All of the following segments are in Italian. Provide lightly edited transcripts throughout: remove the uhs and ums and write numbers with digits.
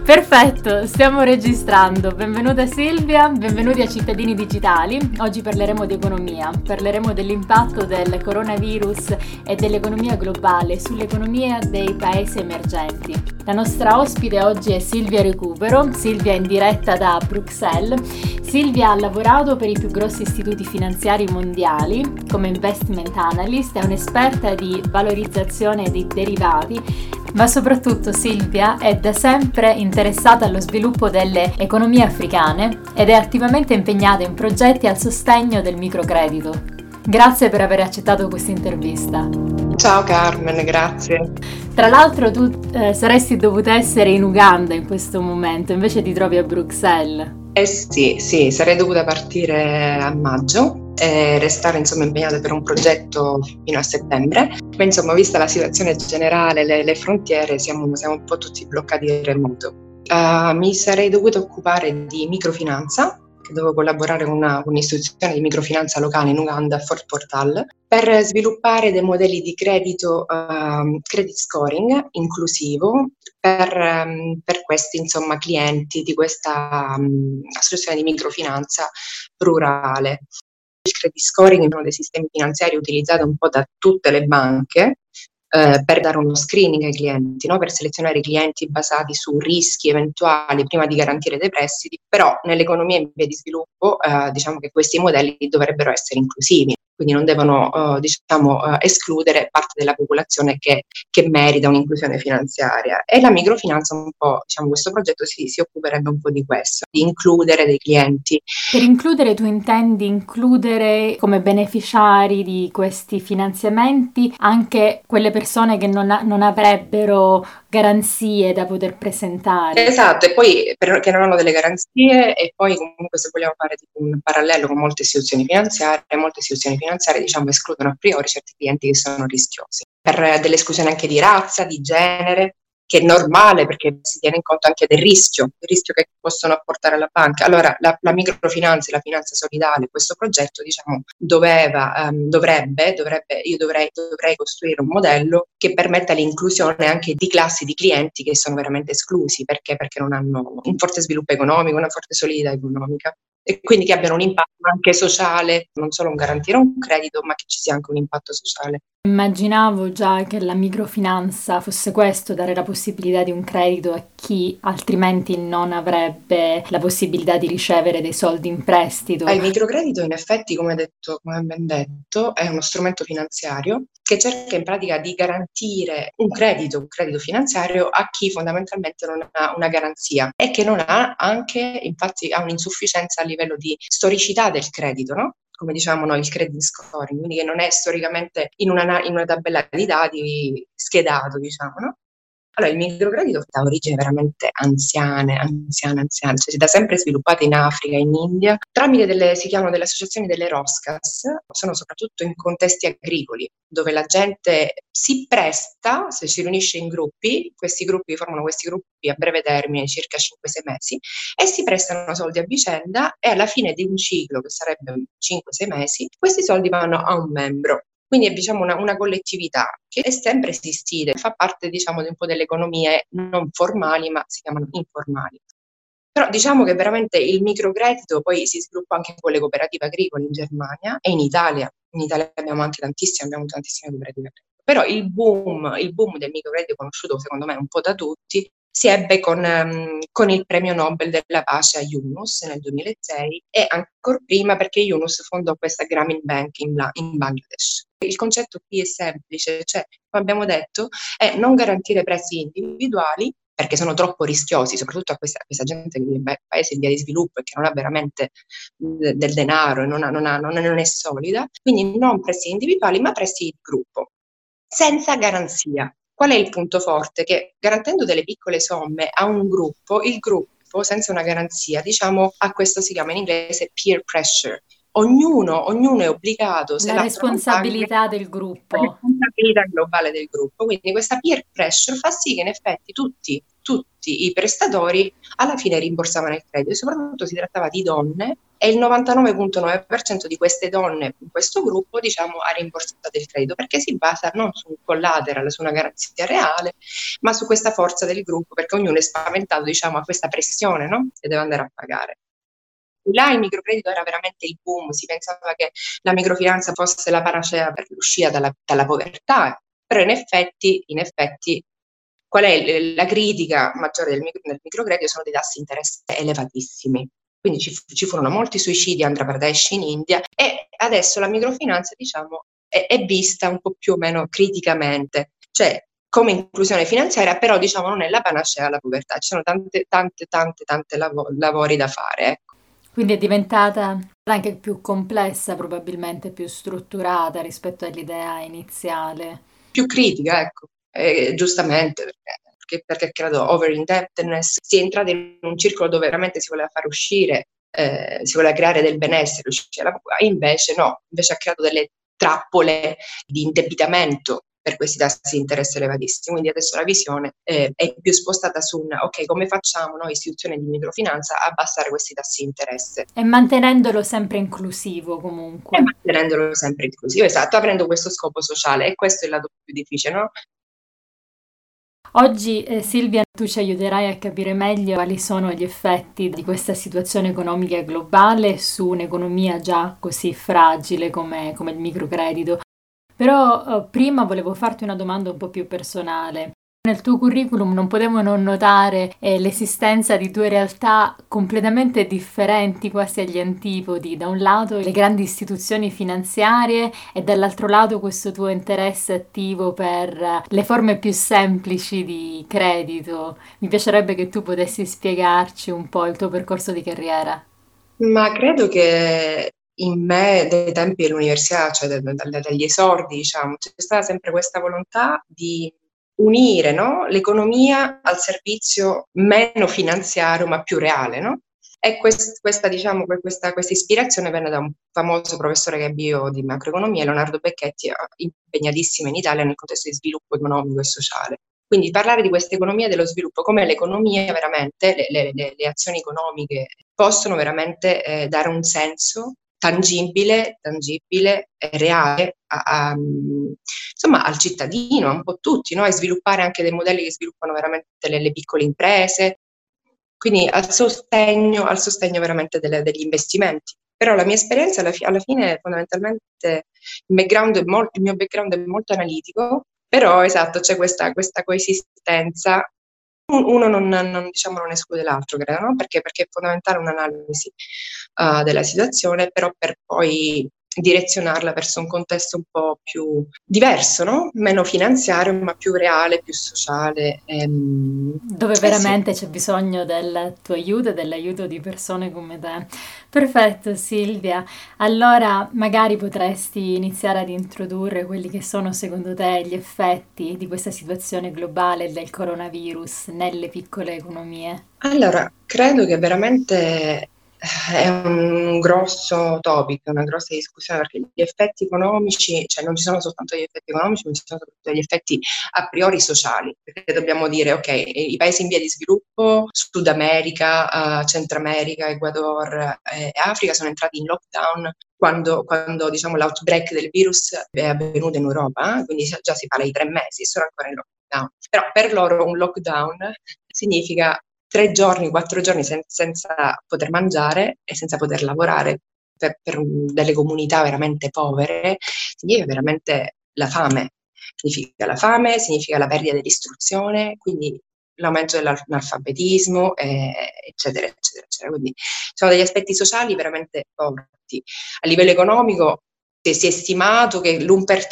Perfetto, stiamo registrando. Benvenuta Silvia, benvenuti a Cittadini Digitali. Oggi parleremo di economia, parleremo dell'impatto del coronavirus e dell'economia globale sull'economia dei paesi emergenti. La nostra ospite oggi è Silvia Recupero, Silvia è in diretta da Bruxelles. Silvia ha lavorato per i più grossi istituti finanziari mondiali come investment analyst, è un'esperta di valorizzazione dei derivati, ma soprattutto Silvia è da sempre interessata allo sviluppo delle economie africane ed è attivamente impegnata in progetti al sostegno del microcredito. Grazie per aver accettato questa intervista. Ciao Carmen, grazie. Tra l'altro tu saresti dovuta essere in Uganda in questo momento, invece ti trovi a Bruxelles. Sì, sarei dovuta partire a maggio e restare impegnata per un progetto fino a settembre. Ma vista la situazione generale, le frontiere, siamo un po' tutti bloccati in remoto. Mi sarei dovuta occupare di microfinanza, che dovevo collaborare con un'istituzione di microfinanza locale in Uganda, Fort Portal, per sviluppare dei modelli di credito, credit scoring inclusivo per questi clienti di questa associazione di microfinanza rurale. Il credit scoring è uno dei sistemi finanziari utilizzato un po' da tutte le banche per dare uno screening ai clienti, no? Per selezionare i clienti basati su rischi eventuali prima di garantire dei prestiti, però nell'economia in via di sviluppo diciamo che questi modelli dovrebbero essere inclusivi, quindi non devono escludere parte della popolazione che merita un'inclusione finanziaria. E la microfinanza un po', questo progetto si occuperebbe un po' di questo, di includere dei clienti. Per includere tu intendi includere come beneficiari di questi finanziamenti anche quelle persone che non avrebbero garanzie da poter presentare. Esatto, e poi che non hanno delle garanzie, e poi comunque se vogliamo fare tipo un parallelo con molte istituzioni finanziarie escludono a priori certi clienti che sono rischiosi, per delle esclusioni anche di razza, di genere, che è normale perché si tiene in conto anche del rischio che possono apportare alla banca. Allora la microfinanza e la finanza solidale, questo progetto dovrei costruire un modello che permetta l'inclusione anche di classi di clienti che sono veramente esclusi, perché non hanno un forte sviluppo economico, una forte solidità economica, e quindi che abbiano un impatto anche sociale, non solo un garantire un credito, ma che ci sia anche un impatto sociale. Immaginavo già che la microfinanza fosse questo, dare la possibilità di un credito a chi altrimenti non avrebbe la possibilità di ricevere dei soldi in prestito. Il microcredito in effetti, come ben detto, è uno strumento finanziario che cerca in pratica di garantire un credito finanziario a chi fondamentalmente non ha una garanzia e che non ha infatti ha un'insufficienza a livello di storicità del credito, no? Come diciamo noi, il credit scoring, quindi che non è storicamente in una tabella di dati schedato, no? Allora, il microcredito ha origini veramente anziane, cioè si è da sempre sviluppato in Africa, in India, tramite si chiamano delle associazioni delle ROSCAS, sono soprattutto in contesti agricoli, dove la gente si presta, se si riunisce in gruppi, formano questi gruppi a breve termine, circa 5-6 mesi, e si prestano soldi a vicenda, e alla fine di un ciclo, che sarebbe 5-6 mesi, questi soldi vanno a un membro. Quindi è una collettività che è sempre esistita, fa parte di un po' delle economie non formali, ma si chiamano informali. Però che veramente il microcredito poi si sviluppa anche con le cooperative agricole in Germania e in Italia. In Italia abbiamo tantissime cooperative agricole. Però il boom del microcredito, conosciuto secondo me un po' da tutti, si ebbe con il premio Nobel della pace a Yunus nel 2006, e ancora prima perché Yunus fondò questa Grameen Bank in Bangladesh. Il concetto qui è semplice, cioè, come abbiamo detto, è non garantire prestiti individuali perché sono troppo rischiosi, soprattutto a questa gente che vive in paesi in via di sviluppo e che non ha veramente del denaro e non è solida, quindi non prestiti individuali ma prestiti di gruppo, senza garanzia. Qual è il punto forte? Che garantendo delle piccole somme a un gruppo, il gruppo senza una garanzia, ha questo, si chiama in inglese peer pressure. Ognuno è obbligato, se la responsabilità del gruppo. La responsabilità globale del gruppo. Quindi questa peer pressure fa sì che in effetti tutti tutti i prestatori alla fine rimborsavano il credito, e soprattutto si trattava di donne, e il 99,9% di queste donne in questo gruppo, diciamo, ha rimborsato il credito, perché si basa non su un collateral, su una garanzia reale, ma su questa forza del gruppo, perché ognuno è spaventato, diciamo, a questa pressione, no? Che deve andare a pagare. Là il microcredito era veramente il boom, si pensava che la microfinanza fosse la panacea per l'uscita dalla povertà, però in effetti, qual è la critica maggiore del microcredito? Sono dei tassi di interesse elevatissimi. Quindi ci furono molti suicidi a Andhra Pradesh in India, e adesso la microfinanza, diciamo, è vista un po' più o meno criticamente, cioè come inclusione finanziaria, però diciamo non è la panacea alla povertà. Ci sono tante lavori da fare, ecco. Quindi è diventata anche più complessa, probabilmente più strutturata rispetto all'idea iniziale. Più critica, ecco, giustamente, perché credo over-indebtedness, si è entrati in un circolo dove veramente si voleva far uscire, si voleva creare del benessere, invece no, invece ha creato delle trappole di indebitamento per questi tassi di interesse elevatissimi. Quindi adesso la visione è più spostata su ok, come facciamo noi, istituzioni di microfinanza, a abbassare questi tassi di interesse. E mantenendolo sempre inclusivo comunque. E mantenendolo sempre inclusivo, esatto, aprendo questo scopo sociale, e questo è il lato più difficile, no? Oggi, Silvia, tu ci aiuterai a capire meglio quali sono gli effetti di questa situazione economica globale su un'economia già così fragile come il microcredito. Però prima volevo farti una domanda un po' più personale. Nel tuo curriculum non potevo non notare l'esistenza di due realtà completamente differenti, quasi agli antipodi. Da un lato le grandi istituzioni finanziarie e dall'altro lato questo tuo interesse attivo per le forme più semplici di credito. Mi piacerebbe che tu potessi spiegarci un po' il tuo percorso di carriera. Ma credo che in me, dai tempi dell'università, cioè dagli esordi, diciamo, c'è stata sempre questa volontà di unire, no, l'economia al servizio meno finanziario ma più reale, no? E diciamo, questa ispirazione venne da un famoso professore che ebbe io di macroeconomia, Leonardo Becchetti, impegnatissimo in Italia nel contesto di sviluppo economico e sociale. Quindi parlare di questa economia dello sviluppo, come l'economia veramente, le azioni economiche possono veramente dare un senso tangibile e reale insomma, al cittadino, a un po' tutti, no? E sviluppare anche dei modelli che sviluppano veramente le piccole imprese, quindi al sostegno veramente degli investimenti. Però la mia esperienza alla fine fondamentalmente il mio background è molto analitico, però esatto, c'è questa coesistenza. Uno diciamo, non esclude l'altro, credo, no? Perché è fondamentale un'analisi della situazione, però per poi direzionarla verso un contesto un po' più diverso, no? Meno finanziario, ma più reale, più sociale. Dove Sì. veramente c'è bisogno del tuo aiuto e dell'aiuto di persone come te. Perfetto, Silvia. Allora, magari potresti iniziare ad introdurre quelli che sono secondo te gli effetti di questa situazione globale del coronavirus nelle piccole economie. Allora, credo che veramente è un grosso topic, una grossa discussione, perché gli effetti economici, cioè non ci sono soltanto gli effetti economici, ma ci sono soprattutto gli effetti a priori sociali, perché dobbiamo dire, ok, i paesi in via di sviluppo, Sud America, Centro America, Ecuador e Africa sono entrati in lockdown quando diciamo, l'outbreak del virus è avvenuto in Europa, quindi già si parla di 3 mesi, sono ancora in lockdown. Però per loro un lockdown significa 3 giorni, 4 giorni senza poter mangiare e senza poter lavorare per delle comunità veramente povere, significa veramente la fame. Significa la fame, significa la perdita dell'istruzione, quindi l'aumento dell'analfabetismo, eccetera, eccetera, eccetera. Quindi sono degli aspetti sociali veramente forti. A livello economico si è stimato che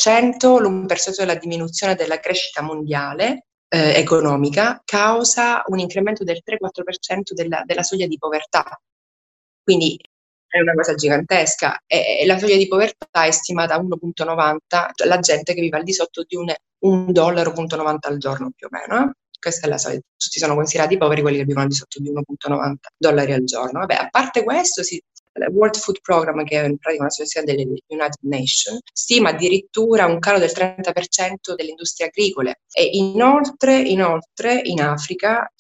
l'1% della diminuzione della crescita mondiale economica causa un incremento del 3-4% della soglia di povertà. Quindi è una cosa gigantesca, e la soglia di povertà è stimata a 1,90, la gente che vive al di sotto di $1,90 al giorno più o meno. Questa è la soglia. Tutti sono considerati poveri quelli che vivono al di sotto di $1,90 al giorno. Vabbè, a parte questo, World Food Program, che è in pratica un'associazione delle United Nations, stima addirittura un calo del 30% delle industrie agricole. E inoltre in Africa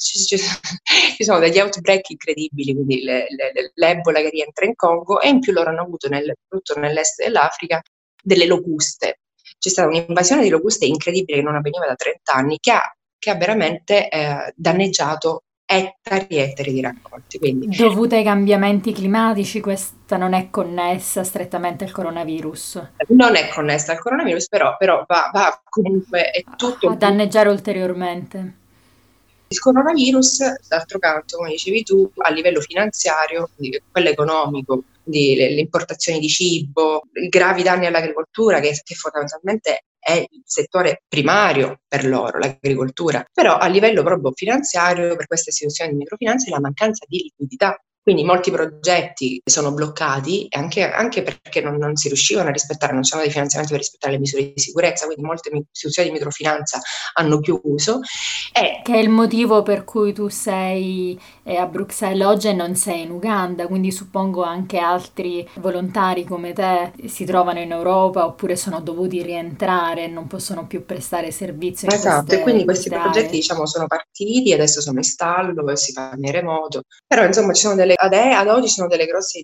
ci sono degli outbreak incredibili, quindi l'Ebola che rientra in Congo, e in più loro hanno avuto soprattutto nell'est dell'Africa delle locuste. C'è stata un'invasione di locuste incredibile che non avveniva da 30 anni, che ha veramente danneggiato ettari e ettari di raccolti. Quindi Dovute ai cambiamenti climatici, questa non è connessa strettamente al coronavirus. non è connessa al coronavirus, però va comunque, è tutto A danneggiare ulteriormente. il coronavirus. D'altro canto, come dicevi tu, a livello finanziario, quindi quello economico, quindi le importazioni di cibo, i gravi danni all'agricoltura, che fondamentalmente è il settore primario per loro, l'agricoltura, però a livello proprio finanziario, per queste istituzioni di microfinanza, è la mancanza di liquidità. Quindi molti progetti sono bloccati anche perché non si riuscivano a rispettare, non c'erano dei finanziamenti per rispettare le misure di sicurezza, quindi molte istituzioni di microfinanza hanno chiuso. Che è il motivo per cui tu sei a Bruxelles oggi e non sei in Uganda, quindi suppongo anche altri volontari come te si trovano in Europa oppure sono dovuti rientrare e non possono più prestare servizio Esatto, e quindi in questi queste progetti, aree. diciamo, sono partiti, adesso sono in stallo, si fa in remoto, però insomma ad oggi ci sono delle grosse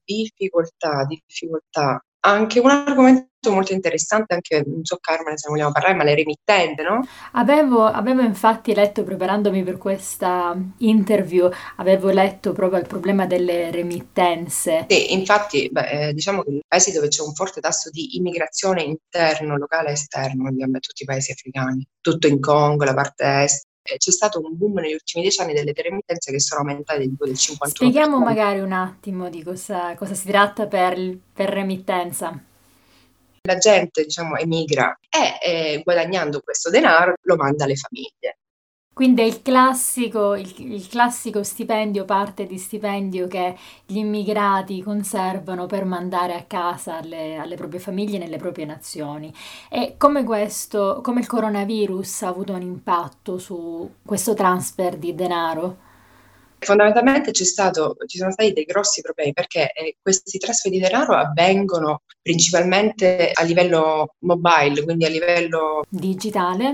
difficoltà. Anche un argomento molto interessante, anche, non so Carmen se ne vogliamo parlare, ma le remittente, no? Avevo infatti letto, preparandomi per questa interview, avevo letto proprio il problema delle remittenze. Sì, infatti, diciamo che i paesi dove c'è un forte tasso di immigrazione interno, locale e esterno, quindi vabbè, tutti i paesi africani, tutto in Congo, la parte est, c'è stato un boom negli ultimi 10 anni delle remittenze che sono aumentate tipo del Spieghiamo 51%. magari un attimo di cosa si tratta per remittenza. La gente, diciamo, emigra e guadagnando questo denaro lo manda alle famiglie. Quindi è il classico stipendio, parte di stipendio che gli immigrati conservano per mandare a casa alle proprie famiglie nelle proprie nazioni. E come il coronavirus ha avuto un impatto su questo transfer di denaro? Fondamentalmente ci sono stati dei grossi problemi perché questi trasfer di denaro avvengono principalmente a livello mobile, quindi a livello Digitale?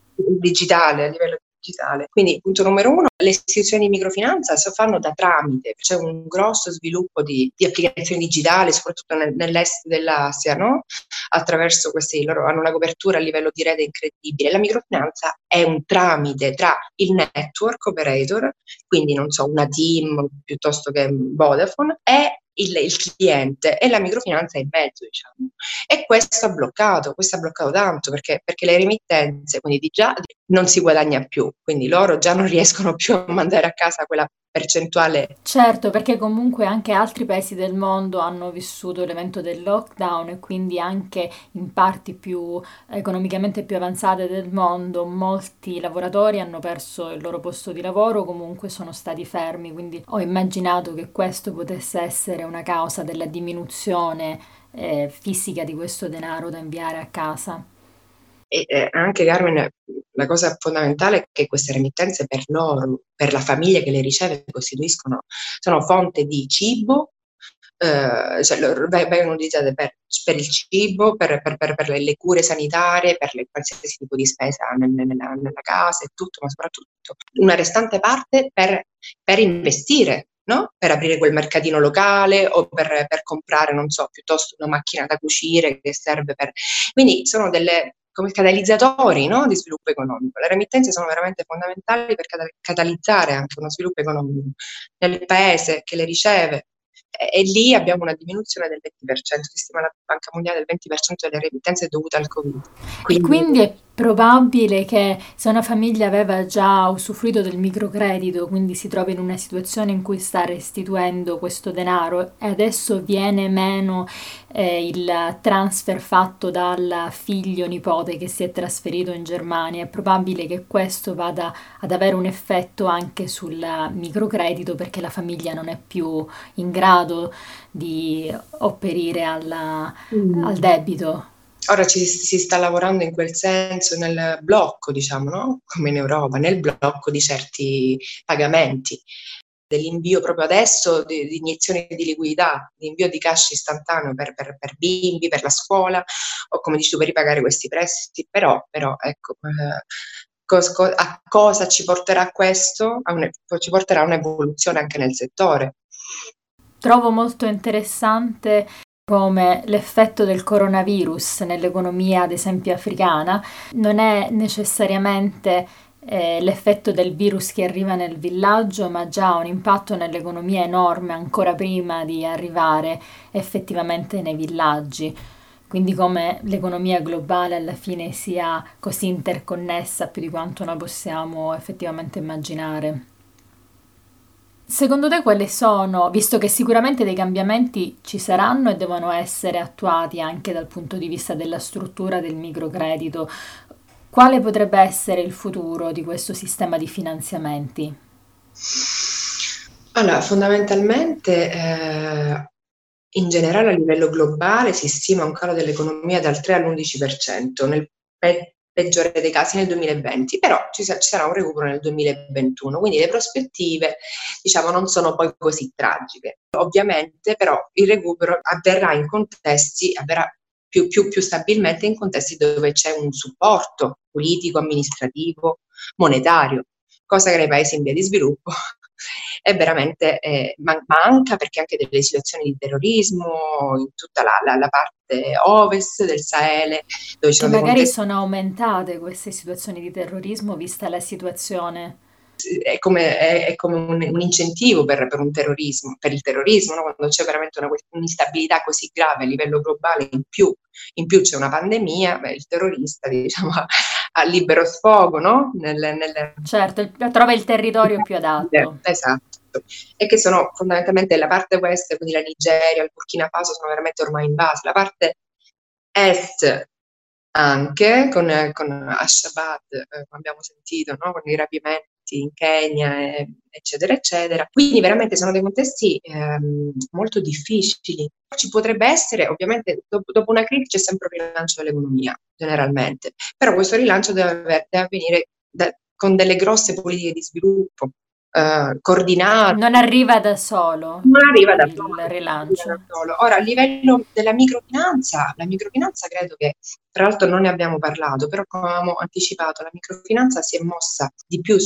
digitale. Quindi, punto numero uno, le istituzioni di microfinanza fanno da tramite, c'è un grosso sviluppo di applicazioni digitali, soprattutto nell'est dell'Asia, no? Attraverso questi, loro hanno una copertura a livello di rete incredibile. La microfinanza è un tramite tra il network operator, quindi non so, una TIM piuttosto che Vodafone, e il cliente, e la microfinanza è in mezzo, diciamo. E questo ha bloccato tanto perché le remittenze, quindi di già non si guadagna più, quindi loro già non riescono più a mandare a casa quella percentuale. Certo, perché comunque anche altri paesi del mondo hanno vissuto l'evento del lockdown e quindi anche in parti più economicamente più avanzate del mondo molti lavoratori hanno perso il loro posto di lavoro, comunque sono stati fermi, quindi ho immaginato che questo potesse essere una causa della diminuzione fisica di questo denaro da inviare a casa. E anche Carmen, la cosa fondamentale è che queste remittenze per loro, per la famiglia che le riceve, sono fonte di cibo, cioè vengono utilizzate per il cibo, per le cure sanitarie, per qualsiasi tipo di spesa nella casa e tutto, ma soprattutto una restante parte per investire. No? Per aprire quel mercatino locale o per comprare, non so, piuttosto una macchina da cucire che serve per. Quindi sono delle come catalizzatori, no? Di sviluppo economico. Le remittenze sono veramente fondamentali per catalizzare anche uno sviluppo economico nel paese che le riceve. E lì abbiamo una diminuzione del 20%, si stima la Banca Mondiale del 20% delle remittenze dovute al Covid. E Quindi quindi è probabile che se una famiglia aveva già usufruito del microcredito, quindi si trova in una situazione in cui sta restituendo questo denaro e adesso viene meno il transfer fatto dal figlio nipote che si è trasferito in Germania, è probabile che questo vada ad avere un effetto anche sul microcredito perché la famiglia non è più in grado di opperire al mm, debito. ora si sta lavorando in quel senso nel blocco, diciamo, no? Come in Europa, nel blocco di certi pagamenti. dell'invio proprio adesso di iniezioni di liquidità, di invio di cash istantaneo per bimbi, per la scuola, o come dici tu, per ripagare questi prestiti, però ecco, a cosa ci porterà questo? Ci porterà a un'evoluzione anche nel settore. Trovo molto interessante come l'effetto del coronavirus nell'economia, ad esempio africana, non è necessariamente l'effetto del virus che arriva nel villaggio, ma già un impatto nell'economia enorme ancora prima di arrivare effettivamente nei villaggi. Quindi come l'economia globale alla fine sia così interconnessa più di quanto noi possiamo effettivamente immaginare. Secondo te quali sono, visto che sicuramente dei cambiamenti ci saranno e devono essere attuati anche dal punto di vista della struttura del microcredito, quale potrebbe essere il futuro di questo sistema di finanziamenti? Allora, fondamentalmente, in generale a livello globale si stima un calo dell'economia dal 3 all'11%, nel peggiore dei casi nel 2020, però ci sarà un recupero nel 2021, quindi le prospettive, diciamo, non sono poi così tragiche. Ovviamente, però, il recupero avverrà più stabilmente in contesti dove c'è un supporto politico, amministrativo, monetario, cosa che nei paesi in via di sviluppo è veramente manca, perché anche delle situazioni di terrorismo in tutta la parte ovest del Sahele, dove ci E sono dei magari contesti. sono aumentate queste situazioni di terrorismo vista la situazione. È come un incentivo per un terrorismo, per il terrorismo, no? Quando c'è veramente un'instabilità così grave a livello globale, in più c'è una pandemia, il terrorista, diciamo, ha libero sfogo, no? Certo, trova il territorio più adatto. Esatto. E che sono fondamentalmente la parte west, quindi la Nigeria, il Burkina Faso, sono veramente ormai invase. La parte est anche con Ashabad, abbiamo sentito, no? Con i rapimenti in Kenya, eccetera, eccetera. Quindi veramente sono dei contesti molto difficili. Ci potrebbe essere, ovviamente, dopo una crisi c'è sempre un rilancio dell'economia, generalmente, però questo rilancio deve avvenire con delle grosse politiche di sviluppo coordinate. Non arriva da solo Non arriva da il solo, non arriva da rilancio. solo. Ora, a livello della microfinanza, la microfinanza credo che, tra l'altro non ne abbiamo parlato, però come avevamo anticipato, la microfinanza si è mossa di più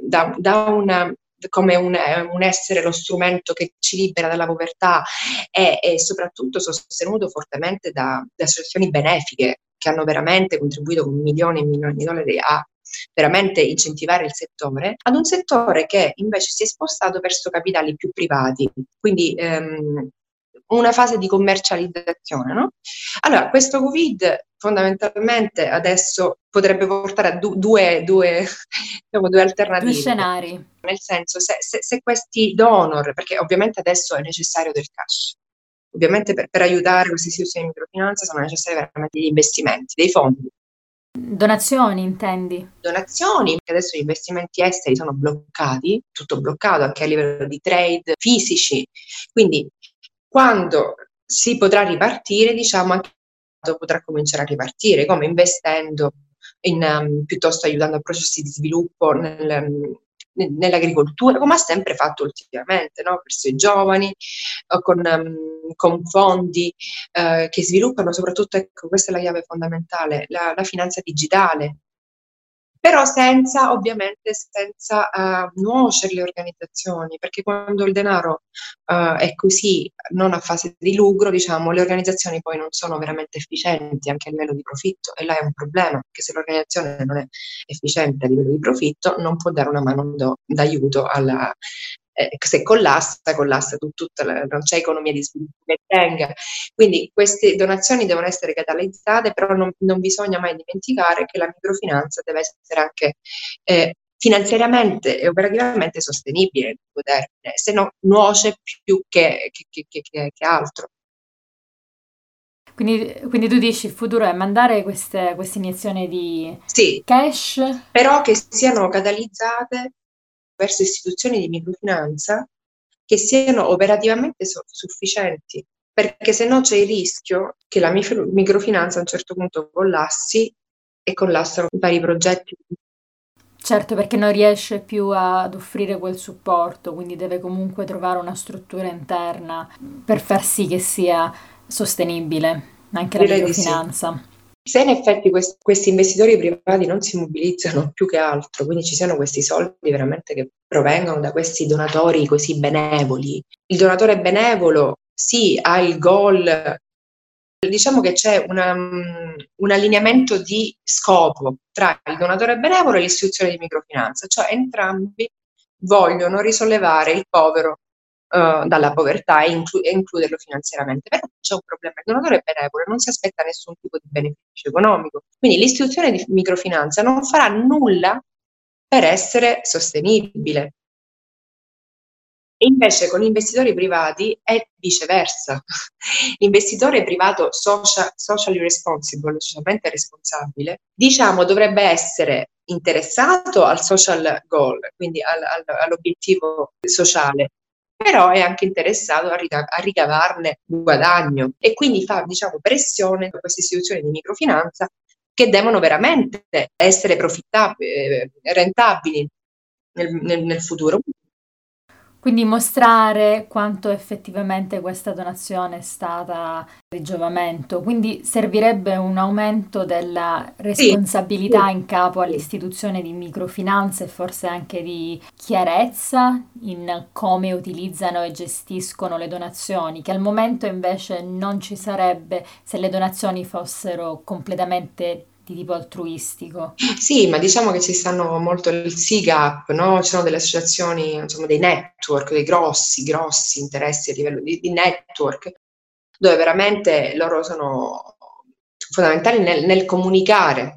come un essere lo strumento che ci libera dalla povertà e soprattutto sostenuto fortemente da associazioni benefiche che hanno veramente contribuito con milioni e milioni di dollari a veramente incentivare il settore, ad un settore che invece si è spostato verso capitali più privati, quindi una fase di commercializzazione, no? Allora, questo Covid fondamentalmente adesso potrebbe portare a due diciamo, due Due alternative, scenari. nel senso se questi donor, perché ovviamente adesso è necessario del cash, ovviamente per aiutare queste istituzioni di microfinanza sono necessari veramente degli investimenti, dei fondi. Donazioni, intendi? Donazioni, che adesso gli investimenti esteri sono bloccati, tutto bloccato anche a livello di trade fisici, quindi quando si potrà ripartire, diciamo, anche potrà cominciare a ripartire, come investendo piuttosto aiutando a processi di sviluppo nell'agricoltura, come ha sempre fatto ultimamente, no? Verso i giovani, con fondi che sviluppano soprattutto, ecco, questa è la chiave fondamentale, la finanza digitale, però ovviamente senza nuocere le organizzazioni, perché quando il denaro è così, non a fase di lucro, diciamo, le organizzazioni poi non sono veramente efficienti anche a livello di profitto, e là è un problema, perché se l'organizzazione non è efficiente a livello di profitto, non può dare una mano d'aiuto se collassa non c'è economia di sviluppo che tenga. Quindi queste donazioni devono essere catalizzate, però non bisogna mai dimenticare che la microfinanza deve essere anche finanziariamente e operativamente sostenibile nel lungo termine, se no nuoce più che altro. Quindi tu dici il futuro è mandare queste iniezioni di Sì, cash. però che siano catalizzate verso istituzioni di microfinanza che siano operativamente sufficienti, perché se no c'è il rischio che la microfinanza a un certo punto collassi e collassano vari progetti. Certo, perché non riesce più ad offrire quel supporto, quindi deve comunque trovare una struttura interna per far sì che sia sostenibile anche la Direi di sì. microfinanza. Se in effetti questi investitori privati non si mobilizzano più che altro, quindi ci siano questi soldi veramente che provengono da questi donatori così benevoli. Il donatore benevolo sì, ha il goal, diciamo che c'è un allineamento di scopo tra il donatore benevolo e l'istituzione di microfinanza, cioè entrambi vogliono risollevare il povero dalla povertà e includerlo finanziariamente. Però c'è un problema: il donatore benevolo non si aspetta nessun tipo di beneficio economico, quindi l'istituzione di microfinanza non farà nulla per essere sostenibile. E invece con gli investitori privati è viceversa. L'investitore privato socially responsible, socialmente responsabile, diciamo, dovrebbe essere interessato al social goal, quindi all'obiettivo sociale, però è anche interessato a ricavarne un guadagno e quindi fa, diciamo, pressione a queste istituzioni di microfinanza che devono veramente essere profittabili, rentabili nel futuro. Quindi mostrare quanto effettivamente questa donazione è stata di giovamento. Quindi servirebbe un aumento della Sì, responsabilità sì, in capo sì. all'istituzione di microfinanza e forse anche di chiarezza in come utilizzano e gestiscono le donazioni, che al momento invece non ci sarebbe se le donazioni fossero completamente di tipo altruistico. Sì, ma diciamo che ci stanno molto il SIGAP, no? Ci sono delle associazioni, insomma, dei network, dei grossi interessi a livello di network, dove veramente loro sono fondamentali nel comunicare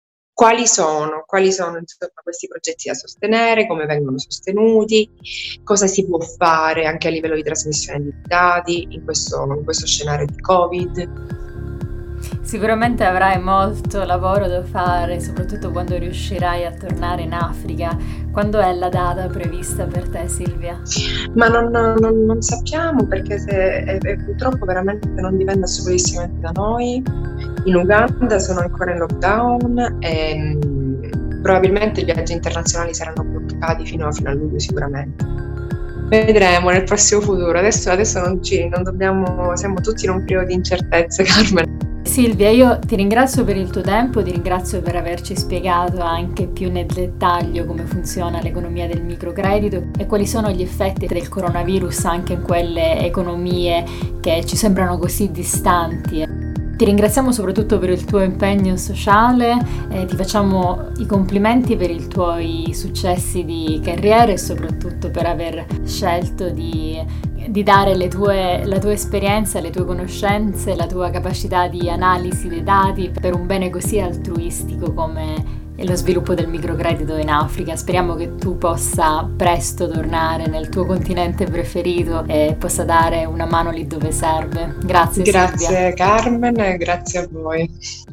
quali sono insomma, questi progetti da sostenere, come vengono sostenuti, cosa si può fare anche a livello di trasmissione di dati in questo scenario di Covid. Sicuramente avrai molto lavoro da fare, soprattutto quando riuscirai a tornare in Africa. Quando è la data prevista per te, Silvia? Ma non sappiamo, perché purtroppo veramente non dipende assolutissimamente da noi. In Uganda sono ancora in lockdown e probabilmente i viaggi internazionali saranno bloccati fino a luglio sicuramente. Vedremo nel prossimo futuro. Adesso non dobbiamo, siamo tutti in un periodo di incertezze, Carmen. Silvia, io ti ringrazio per il tuo tempo, ti ringrazio per averci spiegato anche più nel dettaglio come funziona l'economia del microcredito e quali sono gli effetti del coronavirus anche in quelle economie che ci sembrano così distanti. Ti ringraziamo soprattutto per il tuo impegno sociale, ti facciamo i complimenti per i tuoi successi di carriera e soprattutto per aver scelto di dare la tua esperienza, le tue conoscenze, la tua capacità di analisi dei dati per un bene così altruistico come lo sviluppo del microcredito in Africa. Speriamo che tu possa presto tornare nel tuo continente preferito e possa dare una mano lì dove serve. Grazie Silvia. Grazie Carmen, grazie a voi.